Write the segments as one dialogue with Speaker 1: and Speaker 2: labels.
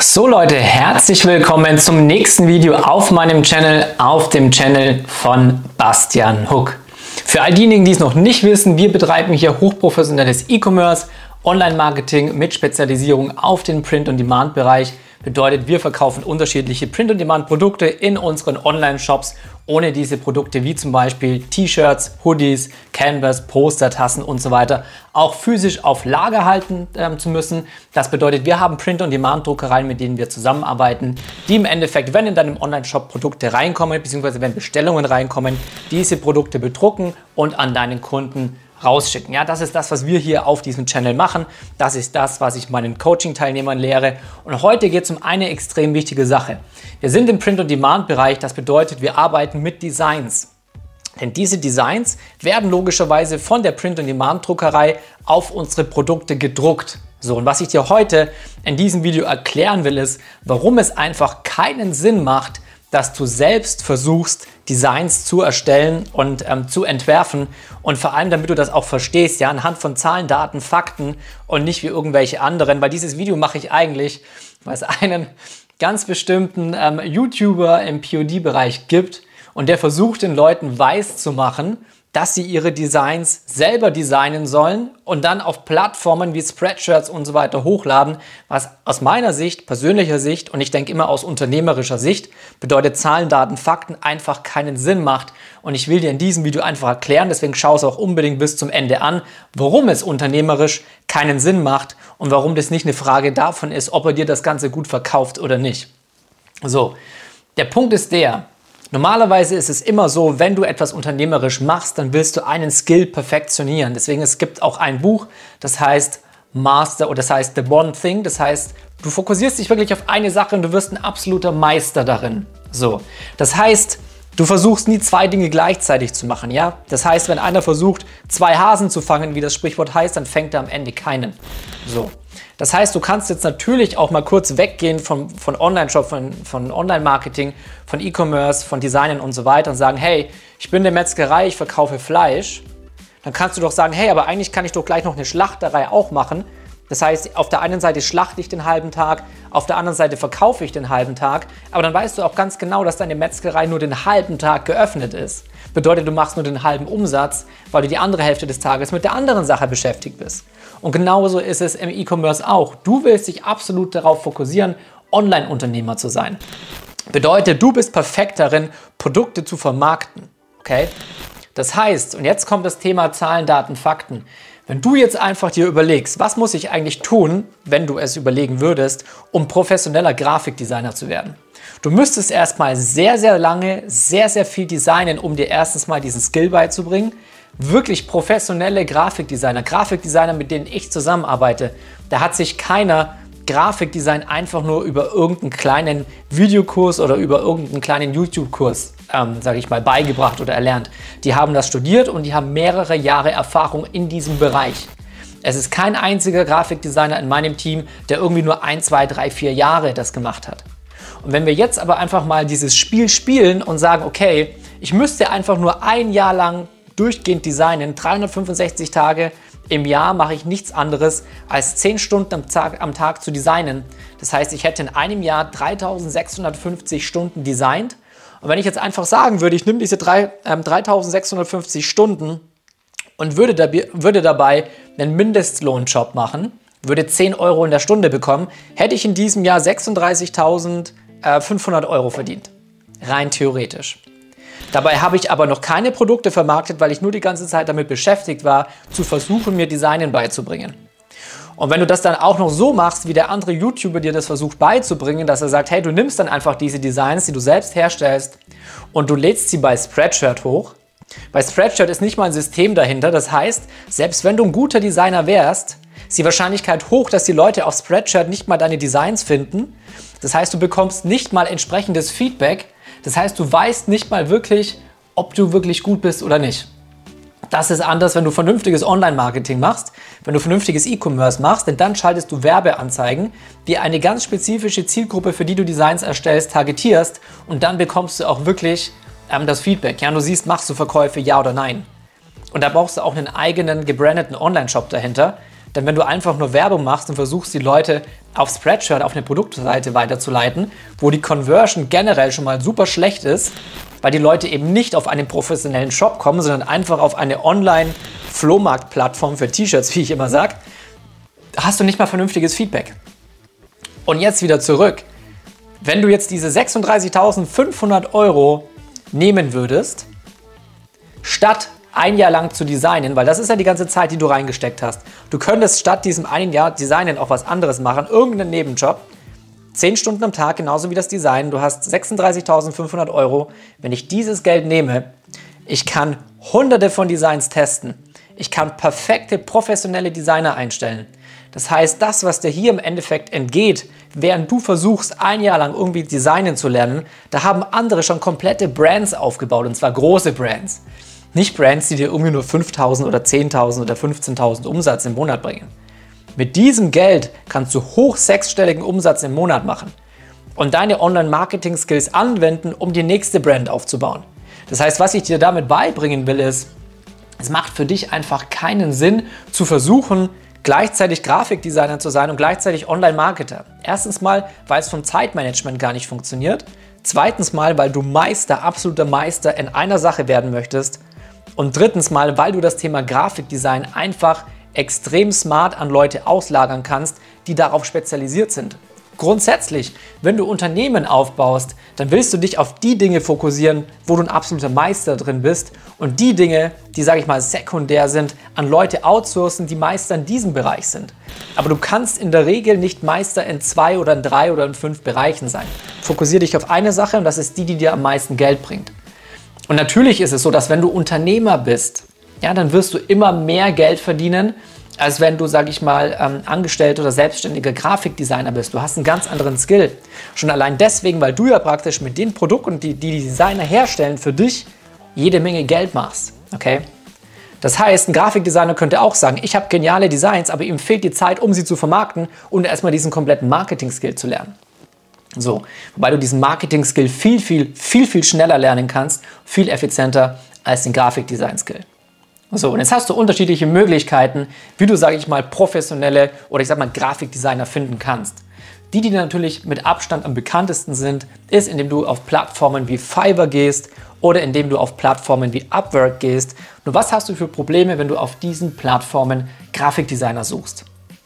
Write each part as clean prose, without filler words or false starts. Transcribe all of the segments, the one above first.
Speaker 1: So Leute, herzlich willkommen zum nächsten Video auf meinem Channel, auf dem Channel von Bastian Huck. Für all diejenigen, die es noch nicht wissen, wir betreiben hier hochprofessionelles E-Commerce, Online-Marketing mit Spezialisierung auf den Print-on-Demand-Bereich. Bedeutet, wir verkaufen unterschiedliche Print-on-Demand-Produkte in unseren Online-Shops, ohne diese Produkte wie zum Beispiel T-Shirts, Hoodies, Canvas, Poster, Tassen und so weiter auch physisch auf Lager halten zu müssen. Das bedeutet, wir haben Print-on-Demand-Druckereien, mit denen wir zusammenarbeiten, die im Endeffekt, wenn in deinem Online-Shop Produkte reinkommen, beziehungsweise wenn Bestellungen reinkommen, diese Produkte bedrucken und an deinen Kunden rausschicken. Ja, das ist das, was wir hier auf diesem Channel machen. Das ist das, was ich meinen Coaching-Teilnehmern lehre. Und heute geht es um eine extrem wichtige Sache. Wir sind im Print-on-Demand-Bereich. Das bedeutet, wir arbeiten mit Designs. Denn diese Designs werden logischerweise von der Print-on-Demand-Druckerei auf unsere Produkte gedruckt. So, und was ich dir heute in diesem Video erklären will, ist, warum es einfach keinen Sinn macht, dass du selbst versuchst, Designs zu erstellen und zu entwerfen und vor allem, damit du das auch verstehst, ja, anhand von Zahlen, Daten, Fakten und nicht wie irgendwelche anderen, weil dieses Video mache ich eigentlich, weil es einen ganz bestimmten YouTuber im POD-Bereich gibt und der versucht, den Leuten weiß zu machen, dass sie ihre Designs selber designen sollen und dann auf Plattformen wie Spreadshirts und so weiter hochladen, was aus meiner Sicht, persönlicher Sicht und ich denke immer aus unternehmerischer Sicht, bedeutet Zahlen, Daten, Fakten einfach keinen Sinn macht. Und ich will dir in diesem Video einfach erklären, deswegen schau es auch unbedingt bis zum Ende an, warum es unternehmerisch keinen Sinn macht und warum das nicht eine Frage davon ist, ob er dir das Ganze gut verkauft oder nicht. So, der Punkt ist der: Normalerweise ist es immer so, wenn du etwas unternehmerisch machst, dann willst du einen Skill perfektionieren. Deswegen, es gibt auch ein Buch, das heißt Master oder das heißt The One Thing. Das heißt, du fokussierst dich wirklich auf eine Sache und du wirst ein absoluter Meister darin. So, das heißt, du versuchst nie zwei Dinge gleichzeitig zu machen, ja? Das heißt, wenn einer versucht, zwei Hasen zu fangen, wie das Sprichwort heißt, dann fängt er am Ende keinen. So. Das heißt, du kannst jetzt natürlich auch mal kurz weggehen von Online-Shop, von Online-Marketing, von E-Commerce, von Designen und so weiter und sagen, hey, ich bin eine Metzgerei, ich verkaufe Fleisch. Dann kannst du doch sagen, hey, aber eigentlich kann ich doch gleich noch eine Schlachterei auch machen. Das heißt, auf der einen Seite schlachte ich den halben Tag, auf der anderen Seite verkaufe ich den halben Tag. Aber dann weißt du auch ganz genau, dass deine Metzgerei nur den halben Tag geöffnet ist. Bedeutet, du machst nur den halben Umsatz, weil du die andere Hälfte des Tages mit der anderen Sache beschäftigt bist. Und genauso ist es im E-Commerce auch. Du willst dich absolut darauf fokussieren, Online-Unternehmer zu sein. Bedeutet, du bist perfekt darin, Produkte zu vermarkten. Okay? Das heißt, und jetzt kommt das Thema Zahlen, Daten, Fakten. Wenn du jetzt einfach dir überlegst, was muss ich eigentlich tun, wenn du es überlegen würdest, um professioneller Grafikdesigner zu werden? Du müsstest erstmal sehr, sehr lange, sehr, sehr viel designen, um dir erstens mal diesen Skill beizubringen. Wirklich professionelle Grafikdesigner, mit denen ich zusammenarbeite, da hat sich keiner Grafikdesign einfach nur über irgendeinen kleinen Videokurs oder über irgendeinen kleinen YouTube-Kurs, sage ich mal, beigebracht oder erlernt. Die haben das studiert und die haben mehrere Jahre Erfahrung in diesem Bereich. Es ist kein einziger Grafikdesigner in meinem Team, der irgendwie nur 1, 2, 3, 4 Jahre das gemacht hat. Und wenn wir jetzt aber einfach mal dieses Spiel spielen und sagen, okay, ich müsste einfach nur ein Jahr lang durchgehend designen, 365 Tage im Jahr mache ich nichts anderes als 10 Stunden am Tag zu designen. Das heißt, ich hätte in einem Jahr 3650 Stunden designt. Und wenn ich jetzt einfach sagen würde, ich nehme diese 3650 Stunden und würde dabei einen Mindestlohnjob machen, würde 10 Euro in der Stunde bekommen, hätte ich in diesem Jahr 36.500 Euro verdient. Rein theoretisch. Dabei habe ich aber noch keine Produkte vermarktet, weil ich nur die ganze Zeit damit beschäftigt war, zu versuchen, mir Designen beizubringen. Und wenn du das dann auch noch so machst, wie der andere YouTuber dir das versucht beizubringen, dass er sagt, hey, du nimmst dann einfach diese Designs, die du selbst herstellst und du lädst sie bei Spreadshirt hoch. Bei Spreadshirt ist nicht mal ein System dahinter, das heißt, selbst wenn du ein guter Designer wärst, ist die Wahrscheinlichkeit hoch, dass die Leute auf Spreadshirt nicht mal deine Designs finden. Das heißt, du bekommst nicht mal entsprechendes Feedback. Das heißt, du weißt nicht mal wirklich, ob du wirklich gut bist oder nicht. Das ist anders, wenn du vernünftiges Online-Marketing machst, wenn du vernünftiges E-Commerce machst, denn dann schaltest du Werbeanzeigen, die eine ganz spezifische Zielgruppe, für die du Designs erstellst, targetierst und dann bekommst du auch wirklich das Feedback. Ja, du siehst, machst du Verkäufe, ja oder nein. Und da brauchst du auch einen eigenen gebrandeten Online-Shop dahinter, denn wenn du einfach nur Werbung machst und versuchst, die Leute auf Spreadshirt auf eine Produktseite weiterzuleiten, wo die Conversion generell schon mal super schlecht ist, weil die Leute eben nicht auf einen professionellen Shop kommen, sondern einfach auf eine Online-Flohmarkt-Plattform für T-Shirts, wie ich immer sage, hast du nicht mal vernünftiges Feedback. Und jetzt wieder zurück. Wenn du jetzt diese 36.500 € nehmen würdest, statt ein Jahr lang zu designen, weil das ist ja die ganze Zeit, die du reingesteckt hast. Du könntest statt diesem einen Jahr Designen auch was anderes machen, irgendeinen Nebenjob, 10 Stunden am Tag, genauso wie das Design. Du hast 36.500 €. Wenn ich dieses Geld nehme, ich kann hunderte von Designs testen. Ich kann perfekte professionelle Designer einstellen. Das heißt, das, was dir hier im Endeffekt entgeht, während du versuchst, ein Jahr lang irgendwie designen zu lernen, da haben andere schon komplette Brands aufgebaut, und zwar große Brands. Nicht Brands, die dir irgendwie nur 5.000 oder 10.000 oder 15.000 Umsatz im Monat bringen. Mit diesem Geld kannst du hoch sechsstelligen Umsatz im Monat machen und deine Online-Marketing-Skills anwenden, um die nächste Brand aufzubauen. Das heißt, was ich dir damit beibringen will, ist, es macht für dich einfach keinen Sinn, zu versuchen, gleichzeitig Grafikdesigner zu sein und gleichzeitig Online-Marketer. Erstens mal, weil es vom Zeitmanagement gar nicht funktioniert. Zweitens mal, weil du Meister, absoluter Meister in einer Sache werden möchtest. Und drittens mal, weil du das Thema Grafikdesign einfach extrem smart an Leute auslagern kannst, die darauf spezialisiert sind. Grundsätzlich, wenn du Unternehmen aufbaust, dann willst du dich auf die Dinge fokussieren, wo du ein absoluter Meister drin bist, und die Dinge, die, sage ich mal, sekundär sind, an Leute outsourcen, die Meister in diesem Bereich sind. Aber du kannst in der Regel nicht Meister in 2 oder in 3 oder in 5 Bereichen sein. Fokussiere dich auf eine Sache, und das ist die, die dir am meisten Geld bringt. Und natürlich ist es so, dass wenn du Unternehmer bist, ja, dann wirst du immer mehr Geld verdienen, als wenn du, sage ich mal, Angestellter oder selbstständiger Grafikdesigner bist. Du hast einen ganz anderen Skill. Schon allein deswegen, weil du ja praktisch mit den Produkten, die die Designer herstellen, für dich jede Menge Geld machst. Okay? Das heißt, ein Grafikdesigner könnte auch sagen, ich habe geniale Designs, aber ihm fehlt die Zeit, um sie zu vermarkten und erstmal diesen kompletten Marketing-Skill zu lernen. So, wobei du diesen Marketing-Skill viel schneller lernen kannst, viel effizienter als den Grafikdesign-Skill. So, und jetzt hast du unterschiedliche Möglichkeiten, wie du, sage ich mal, professionelle oder ich sag mal Grafikdesigner finden kannst. Die natürlich mit Abstand am bekanntesten sind, ist, indem du auf Plattformen wie Fiverr gehst oder indem du auf Plattformen wie Upwork gehst. Nur was hast du für Probleme, wenn du auf diesen Plattformen Grafikdesigner suchst?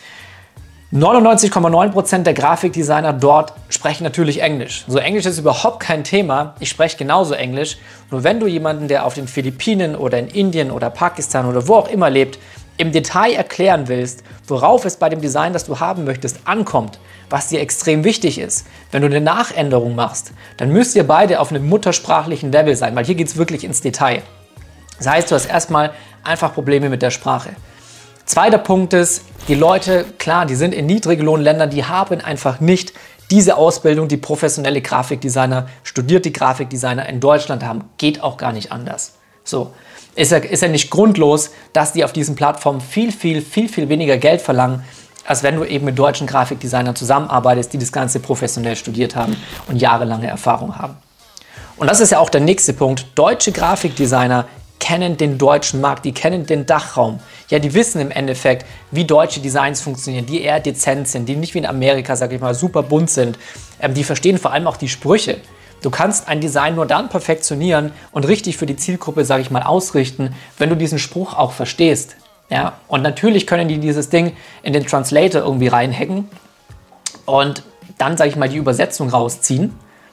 Speaker 1: 99,9% der Grafikdesigner dort sprechen natürlich Englisch. So, Englisch ist überhaupt kein Thema. Ich spreche genauso Englisch. Nur wenn du jemanden, der auf den Philippinen oder in Indien oder Pakistan oder wo auch immer lebt, im Detail erklären willst, worauf es bei dem Design, das du haben möchtest, ankommt, was dir extrem wichtig ist, wenn du eine Nachänderung machst, dann müsst ihr beide auf einem muttersprachlichen Level sein, weil hier geht es wirklich ins Detail. Das heißt, du hast erstmal einfach Probleme mit der Sprache. Zweiter Punkt ist, die Leute, klar, die sind in Niedriglohnländern, die haben einfach nicht diese Ausbildung, die professionelle Grafikdesigner, studierte Grafikdesigner in Deutschland haben. Geht auch gar nicht anders. So, ist ja nicht grundlos, dass die auf diesen Plattformen viel weniger Geld verlangen, als wenn du eben mit deutschen Grafikdesignern zusammenarbeitest, die das Ganze professionell studiert haben und jahrelange Erfahrung haben. Und das ist ja auch der nächste Punkt. Deutsche Grafikdesigner kennen den deutschen Markt, die kennen den Dachraum. Ja, die wissen im Endeffekt, wie deutsche Designs funktionieren, die eher dezent sind, die nicht wie in Amerika, sag ich mal, super bunt sind. Die verstehen vor allem auch die Sprüche. Du kannst ein Design nur dann perfektionieren und richtig für die Zielgruppe, sag ich mal, ausrichten, wenn du diesen Spruch auch verstehst. Ja? Und natürlich können die dieses Ding in den Translator irgendwie reinhacken und dann, sag ich mal, die Übersetzung rausziehen.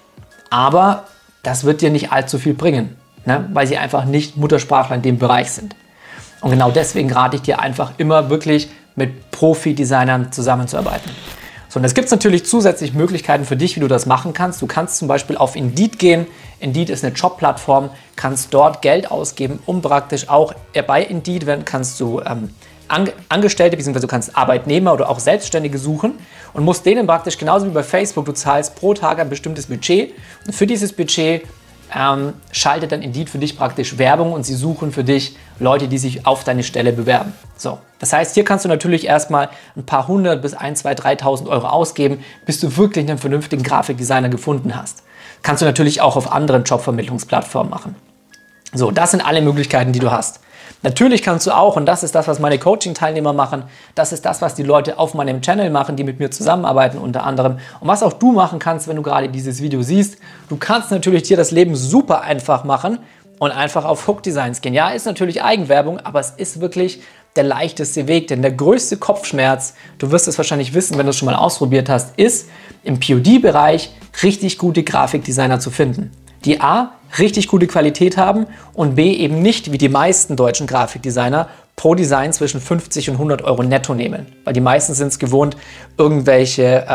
Speaker 1: Aber das wird dir nicht allzu viel bringen, ne? Weil sie einfach nicht Muttersprachler in dem Bereich sind. Und genau deswegen rate ich dir einfach immer wirklich mit Profi-Designern zusammenzuarbeiten. So, und es gibt natürlich zusätzlich Möglichkeiten für dich, wie du das machen kannst. Du kannst zum Beispiel auf Indeed gehen. Indeed ist eine Jobplattform, kannst dort Geld ausgeben, um praktisch auch bei Indeed kannst du Angestellte bzw. du kannst Arbeitnehmer oder auch Selbstständige suchen und musst denen praktisch genauso wie bei Facebook, du zahlst pro Tag ein bestimmtes Budget und für dieses Budget schaltet dann Indeed für dich praktisch Werbung und sie suchen für dich Leute, die sich auf deine Stelle bewerben. So, das heißt, hier kannst du natürlich erstmal ein paar hundert bis 1, 2, 3.000 Euro ausgeben, bis du wirklich einen vernünftigen Grafikdesigner gefunden hast. Kannst du natürlich auch auf anderen Jobvermittlungsplattformen machen. So, das sind alle Möglichkeiten, die du hast. Natürlich kannst du auch, und das ist das, was meine Coaching-Teilnehmer machen, das ist das, was die Leute auf meinem Channel machen, die mit mir zusammenarbeiten unter anderem. Und was auch du machen kannst, wenn du gerade dieses Video siehst, du kannst natürlich dir das Leben super einfach machen und einfach auf Hook Designs gehen. Ja, ist natürlich Eigenwerbung, aber es ist wirklich der leichteste Weg, denn der größte Kopfschmerz, du wirst es wahrscheinlich wissen, wenn du es schon mal ausprobiert hast, ist im POD-Bereich richtig gute Grafikdesigner zu finden, die A, richtig gute Qualität haben und B, eben nicht wie die meisten deutschen Grafikdesigner pro Design zwischen 50 und 100 Euro netto nehmen. Weil die meisten sind es gewohnt, irgendwelche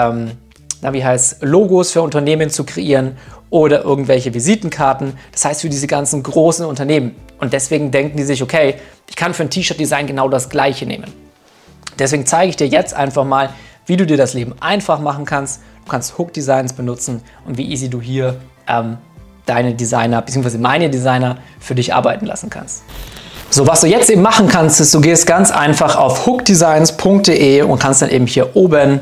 Speaker 1: Logos für Unternehmen zu kreieren oder irgendwelche Visitenkarten. Das heißt für diese ganzen großen Unternehmen. Und deswegen denken die sich, okay, ich kann für ein T-Shirt-Design genau das Gleiche nehmen. Deswegen zeige ich dir jetzt einfach mal, wie du dir das Leben einfach machen kannst. Du kannst Hook-Designs benutzen und wie easy du hier deine Designer bzw. meine Designer für dich arbeiten lassen kannst. So, was du jetzt eben machen kannst, ist, du gehst ganz einfach auf hookdesigns.de und kannst dann eben hier oben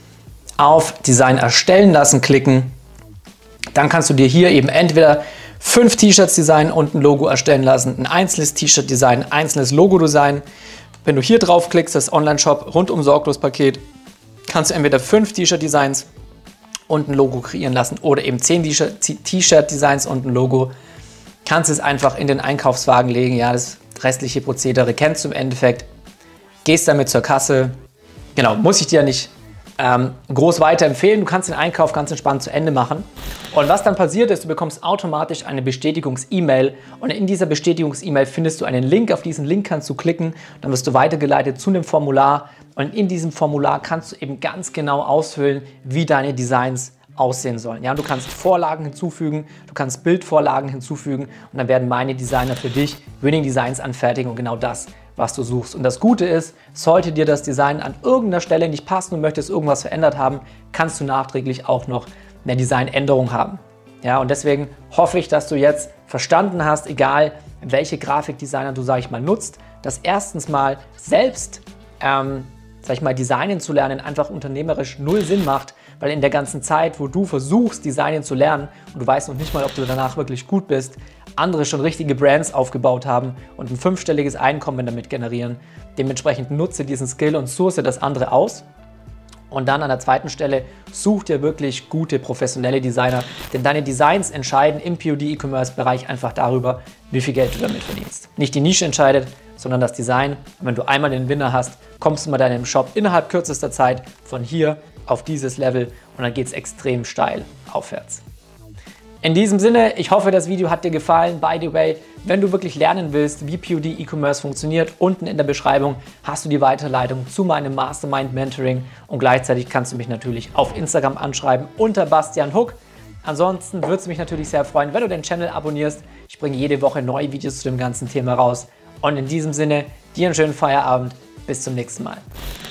Speaker 1: auf Design erstellen lassen klicken. Dann kannst du dir hier eben entweder 5 T-Shirts designen und ein Logo erstellen lassen, ein einzelnes T-Shirt designen, ein einzelnes Logo designen. Wenn du hier drauf klickst, das Online-Shop rundum sorglos Paket, kannst du entweder 5 T-Shirt-Designs und ein Logo kreieren lassen oder eben 10 T-Shirt-Designs und ein Logo. Kannst es einfach in den Einkaufswagen legen. Ja, das restliche Prozedere kennst du im Endeffekt. Gehst damit zur Kasse. Genau, muss ich dir nicht groß weiterempfehlen. Du kannst den Einkauf ganz entspannt zu Ende machen. Und was dann passiert ist, du bekommst automatisch eine Bestätigungs-E-Mail und in dieser Bestätigungs-E-Mail findest du einen Link. Auf diesen Link kannst du klicken, dann wirst du weitergeleitet zu einem Formular und in diesem Formular kannst du eben ganz genau ausfüllen, wie deine Designs aussehen sollen. Ja, du kannst Vorlagen hinzufügen, du kannst Bildvorlagen hinzufügen und dann werden meine Designer für dich Winning Designs anfertigen und genau das, was du suchst. Und das Gute ist, sollte dir das Design an irgendeiner Stelle nicht passen und möchtest irgendwas verändert haben, kannst du nachträglich auch noch eine Designänderung haben. Ja, und deswegen hoffe ich, dass du jetzt verstanden hast, egal welche Grafikdesigner du, sage ich mal, nutzt, dass erstens mal selbst, Designen zu lernen einfach unternehmerisch null Sinn macht, weil in der ganzen Zeit, wo du versuchst, Designen zu lernen und du weißt noch nicht mal, ob du danach wirklich gut bist, andere schon richtige Brands aufgebaut haben und ein 5-stelliges Einkommen damit generieren. Dementsprechend nutze diesen Skill und source das andere aus. Und dann an der zweiten Stelle such dir wirklich gute professionelle Designer, denn deine Designs entscheiden im POD-E-Commerce-Bereich einfach darüber, wie viel Geld du damit verdienst. Nicht die Nische entscheidet, sondern das Design. Und wenn du einmal den Winner hast, kommst du mit deinem Shop innerhalb kürzester Zeit von hier auf dieses Level und dann geht es extrem steil aufwärts. In diesem Sinne, ich hoffe, das Video hat dir gefallen. By the way, wenn du wirklich lernen willst, wie POD-E-Commerce funktioniert, unten in der Beschreibung hast du die Weiterleitung zu meinem Mastermind Mentoring und gleichzeitig kannst du mich natürlich auf Instagram anschreiben unter Bastian Hook. Ansonsten würde es mich natürlich sehr freuen, wenn du den Channel abonnierst. Ich bringe jede Woche neue Videos zu dem ganzen Thema raus. Und in diesem Sinne, dir einen schönen Feierabend. Bis zum nächsten Mal.